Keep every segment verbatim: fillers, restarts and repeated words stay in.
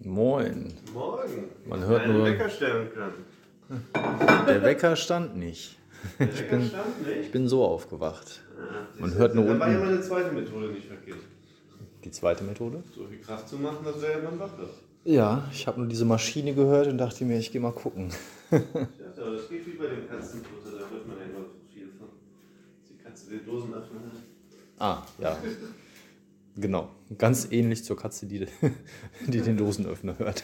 Moin. Morgen. Man hört einen nur. Wecker stellen können. Der Wecker stand nicht. Der Ich Wecker bin, stand nicht? ich bin so aufgewacht. Ja, Man hört nur da war ja unten. meine zweite Methode nicht verkehrt. Die zweite Methode? So viel Kraft zu machen, dass der man wach ist. Ja, ich habe nur diese Maschine gehört und dachte mir, ich gehe mal gucken. Ja, aber das geht wie bei dem Katzenfutter, da hört man ja immer so viel von. Die Katze den Dosenöffner hat. Ah, ja. Genau. Ganz ähnlich zur Katze, die, die den Dosenöffner hört.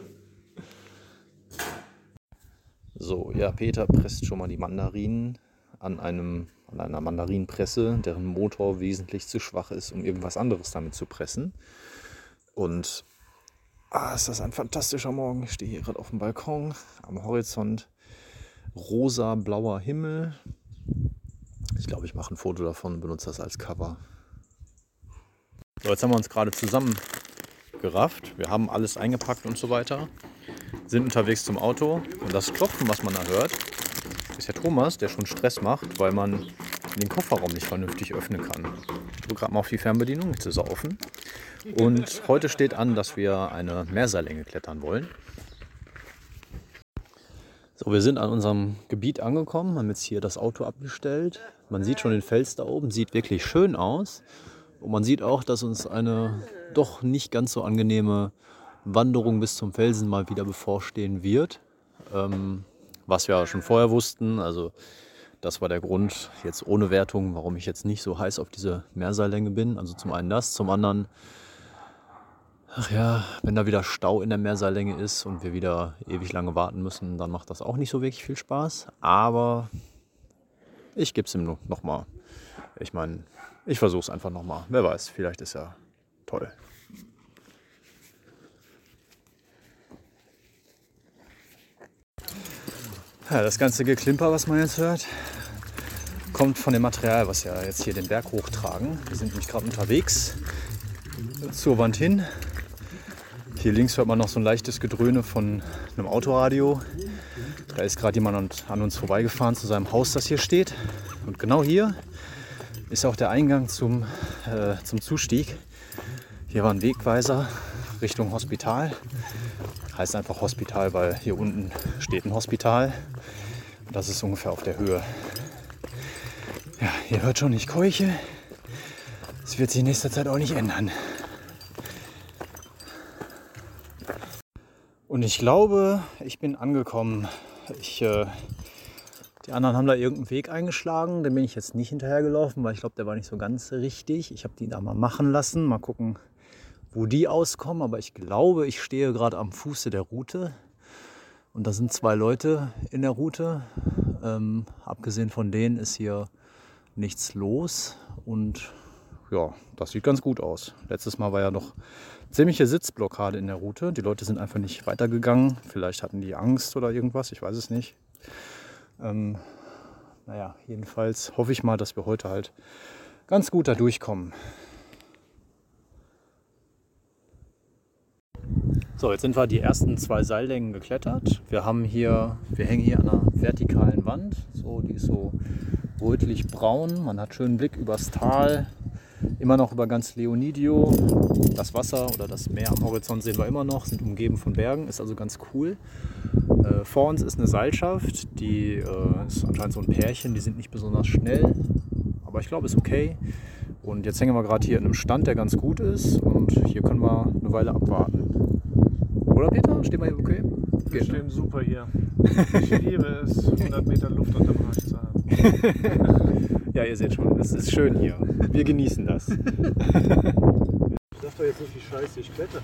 So, ja, Peter presst schon mal die Mandarinen an, einem, an einer Mandarinenpresse, deren Motor wesentlich zu schwach ist, um irgendwas anderes damit zu pressen. Und ah, ist das ein fantastischer Morgen. Ich stehe hier gerade auf dem Balkon, am Horizont rosa, blauer Himmel. Ich glaube, ich mache ein Foto davon und benutze das als Cover. So, jetzt haben wir uns gerade zusammengerafft. Wir haben alles eingepackt und so weiter. Sind unterwegs zum Auto. Und das Klopfen, was man da hört, ist ja Thomas, der schon Stress macht, weil man den Kofferraum nicht vernünftig öffnen kann. Ich drücke gerade mal auf die Fernbedienung, jetzt ist er offen. Und heute steht an, dass wir eine Meerseillänge klettern wollen. So, wir sind an unserem Gebiet angekommen, haben jetzt hier das Auto abgestellt. Man sieht schon den Fels da oben, sieht wirklich schön aus. Und man sieht auch, dass uns eine doch nicht ganz so angenehme Wanderung bis zum Felsen mal wieder bevorstehen wird. Ähm, was wir schon vorher wussten. Also das war der Grund, jetzt ohne Wertung, warum ich jetzt nicht so heiß auf diese Meerseillänge bin. Also zum einen das, zum anderen, ach ja, wenn da wieder Stau in der Meerseillänge ist und wir wieder ewig lange warten müssen, dann macht das auch nicht so wirklich viel Spaß. Aber ich gebe es ihm nochmal. Ich meine, ich versuche es einfach nochmal. Wer weiß, vielleicht ist ja toll. Ja, das ganze Geklimper, was man jetzt hört, kommt von dem Material, was ja jetzt hier den Berg hochtragen. Wir sind nämlich gerade unterwegs zur Wand hin. Hier links hört man noch so ein leichtes Gedröhne von einem Autoradio. Da ist gerade jemand an uns vorbeigefahren zu seinem Haus, das hier steht. Und genau hier ist auch der Eingang zum, äh, zum Zustieg. Hier war ein Wegweiser Richtung Hospital. Heißt einfach Hospital, weil hier unten steht ein Hospital. Und das ist ungefähr auf der Höhe. Ja, ihr hört schon, ich keuche. Das wird sich in nächster Zeit auch nicht ändern. Und ich glaube, ich bin angekommen. Ich, äh, die anderen haben da irgendeinen Weg eingeschlagen. Den bin ich jetzt nicht hinterhergelaufen, weil ich glaube, der war nicht so ganz richtig. Ich habe die da mal machen lassen. Mal gucken, wo die auskommen. Aber ich glaube, ich stehe gerade am Fuße der Route. Und da sind zwei Leute in der Route. Ähm, abgesehen von denen ist hier nichts los. Und ja, das sieht ganz gut aus. Letztes Mal war ja noch ziemliche Sitzblockade in der Route. Die Leute sind einfach nicht weitergegangen. Vielleicht hatten die Angst oder irgendwas, ich weiß es nicht. Ähm, naja, jedenfalls hoffe ich mal, dass wir heute halt ganz gut da durchkommen. So, jetzt sind wir die ersten zwei Seillängen geklettert. Wir haben hier, wir hängen hier an einer vertikalen Wand. So, die ist so rötlich-braun. Man hat schönen Blick übers Tal. Immer noch über ganz Leonidio. Das Wasser oder das Meer am Horizont sehen wir immer noch, sind umgeben von Bergen, ist also ganz cool. Äh, vor uns ist eine Seilschaft, die äh, ist anscheinend so ein Pärchen, die sind nicht besonders schnell, aber ich glaube, ist okay. Und jetzt hängen wir gerade hier in einem Stand, der ganz gut ist und hier können wir eine Weile abwarten. Oder Peter? Stehen wir hier okay? Wir stehen ne? super hier. Ich liebe es, hundert Meter Luft unterm Arsch zu haben. Ja, ihr seht schon, es ist schön hier. Wir genießen das. Ich sag doch jetzt nicht, wie scheiße ich kletter.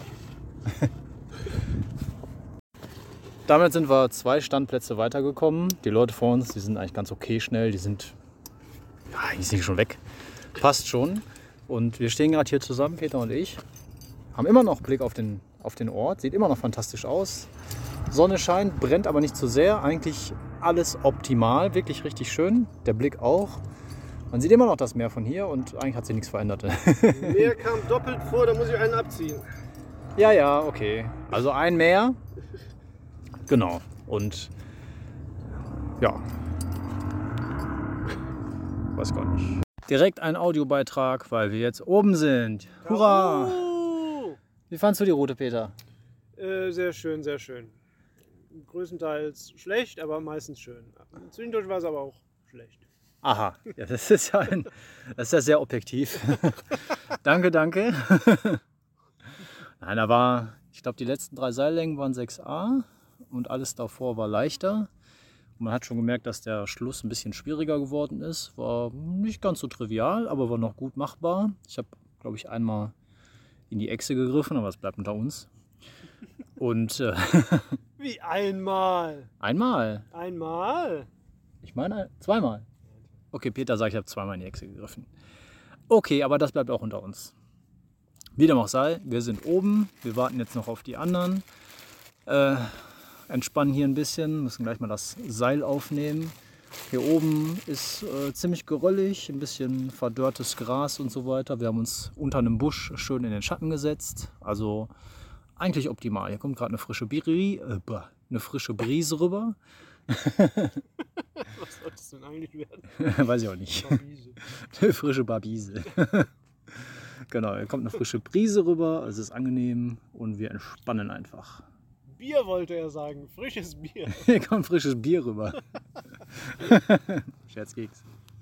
Damit sind wir zwei Standplätze weitergekommen. Die Leute vor uns, die sind eigentlich ganz okay schnell. Die sind, ja, eigentlich sind die schon weg. Passt schon. Und wir stehen gerade hier zusammen, Peter und ich. Haben immer noch Blick auf den, auf den Ort. Sieht immer noch fantastisch aus. Sonne scheint, brennt aber nicht zu sehr. Eigentlich alles optimal, wirklich richtig schön. Der Blick auch. Man sieht immer noch das Meer von hier und eigentlich hat sich nichts verändert. Meer kam doppelt vor, da muss ich einen abziehen. Ja, ja, okay. Also ein Meer. Genau. Und ja. Weiß gar nicht. Direkt ein Audiobeitrag, weil wir jetzt oben sind. Hurra! Wie fandst du die Route, Peter? Äh, sehr schön, sehr schön. Größtenteils schlecht, aber meistens schön. Zwischendurch war es aber auch schlecht. Aha, ja, das ist ja, ein, das ist ja sehr objektiv. Danke, danke. Nein, da war, ich glaube, die letzten drei Seillängen waren sechs a und alles davor war leichter. Und man hat schon gemerkt, dass der Schluss ein bisschen schwieriger geworden ist. War nicht ganz so trivial, aber war noch gut machbar. Ich habe, glaube ich, einmal in die Echse gegriffen, aber es bleibt unter uns. Und äh, Wie einmal? einmal. Einmal? Ich meine zweimal. Okay, Peter sagt, ich habe zweimal in die Echse gegriffen. Okay, aber das bleibt auch unter uns. Wie dem auch sei, wir sind oben. Wir warten jetzt noch auf die anderen. Äh, entspannen hier ein bisschen, müssen gleich mal das Seil aufnehmen. Hier oben ist äh, ziemlich geröllig, ein bisschen verdörrtes Gras und so weiter. Wir haben uns unter einem Busch schön in den Schatten gesetzt. Also eigentlich optimal. Hier kommt gerade eine frische Biri, äh, eine frische Brise rüber. Was soll das denn eigentlich werden? Weiß ich auch nicht. Barbise. Eine frische Barbise. Genau, hier kommt eine frische Brise rüber, es ist angenehm und wir entspannen einfach. Bier wollte er sagen, frisches Bier. Hier kommt frisches Bier rüber. Scherzkeks.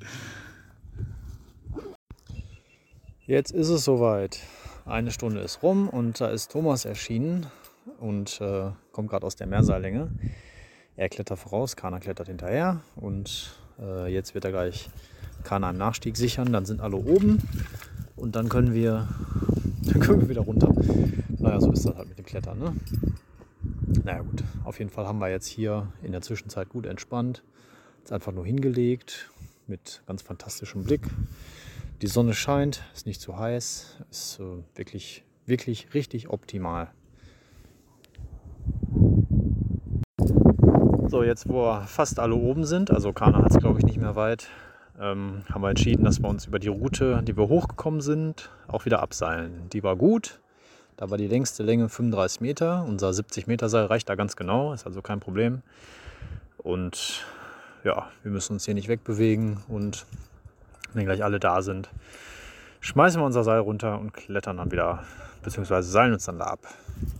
Jetzt ist es soweit. Eine Stunde ist rum und da ist Thomas erschienen und äh, kommt gerade aus der Mehrseillänge. Er klettert voraus, Kana klettert hinterher und äh, jetzt wird er gleich Kana im Nachstieg sichern. Dann sind alle oben und dann können wir, dann können wir wieder runter. Naja, so ist das halt mit dem Klettern, ne? Naja gut, auf jeden Fall haben wir jetzt hier in der Zwischenzeit gut entspannt. Jetzt einfach nur hingelegt mit ganz fantastischem Blick. Die Sonne scheint, ist nicht zu heiß, ist äh, wirklich, wirklich richtig optimal. So, jetzt wo wir fast alle oben sind, also Kana hat es glaube ich nicht mehr weit, ähm, haben wir entschieden, dass wir uns über die Route, die wir hochgekommen sind, auch wieder abseilen. Die war gut, da war die längste Länge fünfunddreißig Meter, unser siebzig Meter Seil reicht da ganz genau, ist also kein Problem. Und ja, wir müssen uns hier nicht wegbewegen und wenn gleich alle da sind, schmeißen wir unser Seil runter und klettern dann wieder, beziehungsweise seilen uns dann da ab.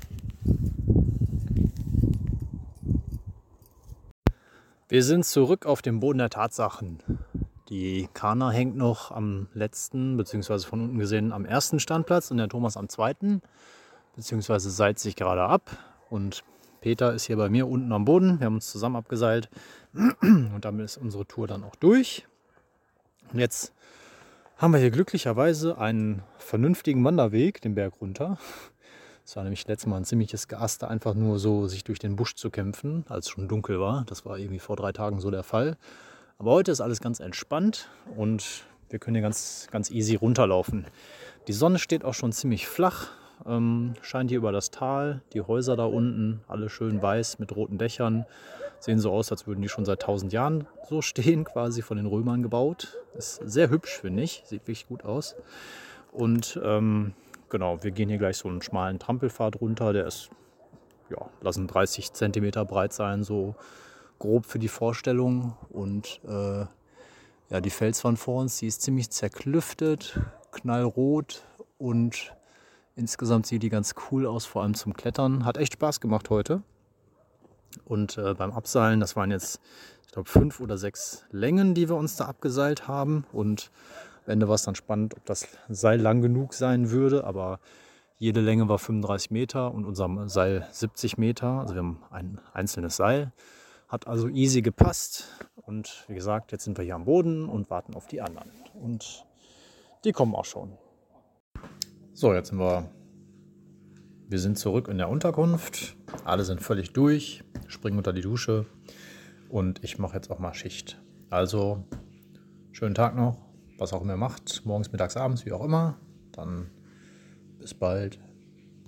Wir sind zurück auf dem Boden der Tatsachen. Die Kana hängt noch am letzten, beziehungsweise von unten gesehen am ersten Standplatz und der Thomas am zweiten, beziehungsweise seilt sich gerade ab. Und Peter ist hier bei mir unten am Boden. Wir haben uns zusammen abgeseilt und damit ist unsere Tour dann auch durch. Und jetzt haben wir hier glücklicherweise einen vernünftigen Wanderweg den Berg runter. Es war nämlich letztes Mal ein ziemliches Geaster, einfach nur so sich durch den Busch zu kämpfen, als es schon dunkel war. Das war irgendwie vor drei Tagen so der Fall. Aber heute ist alles ganz entspannt und wir können hier ganz, ganz easy runterlaufen. Die Sonne steht auch schon ziemlich flach, ähm, scheint hier über das Tal. Die Häuser da unten, alle schön weiß mit roten Dächern. Sehen so aus, als würden die schon seit tausend Jahren so stehen, quasi von den Römern gebaut. Ist sehr hübsch, finde ich. Sieht wirklich gut aus. Und ähm, genau, wir gehen hier gleich so einen schmalen Trampelpfad runter. Der ist, ja, lassen dreißig Zentimeter breit sein, so grob für die Vorstellung. Und äh, ja, die Felswand vor uns, die ist ziemlich zerklüftet, knallrot und insgesamt sieht die ganz cool aus, vor allem zum Klettern. Hat echt Spaß gemacht heute. Und äh, beim Abseilen, das waren jetzt, ich glaube, fünf oder sechs Längen, die wir uns da abgeseilt haben. Und am Ende war es dann spannend, ob das Seil lang genug sein würde. Aber jede Länge war fünfunddreißig Meter und unser Seil siebzig Meter. Also wir haben ein einzelnes Seil. Hat also easy gepasst. Und wie gesagt, jetzt sind wir hier am Boden und warten auf die anderen. Und die kommen auch schon. So, jetzt sind wir... Wir sind zurück in der Unterkunft. Alle sind völlig durch, springen unter die Dusche und ich mache jetzt auch mal Schicht. Also, schönen Tag noch, was auch immer ihr macht, morgens, mittags, abends, wie auch immer. Dann bis bald.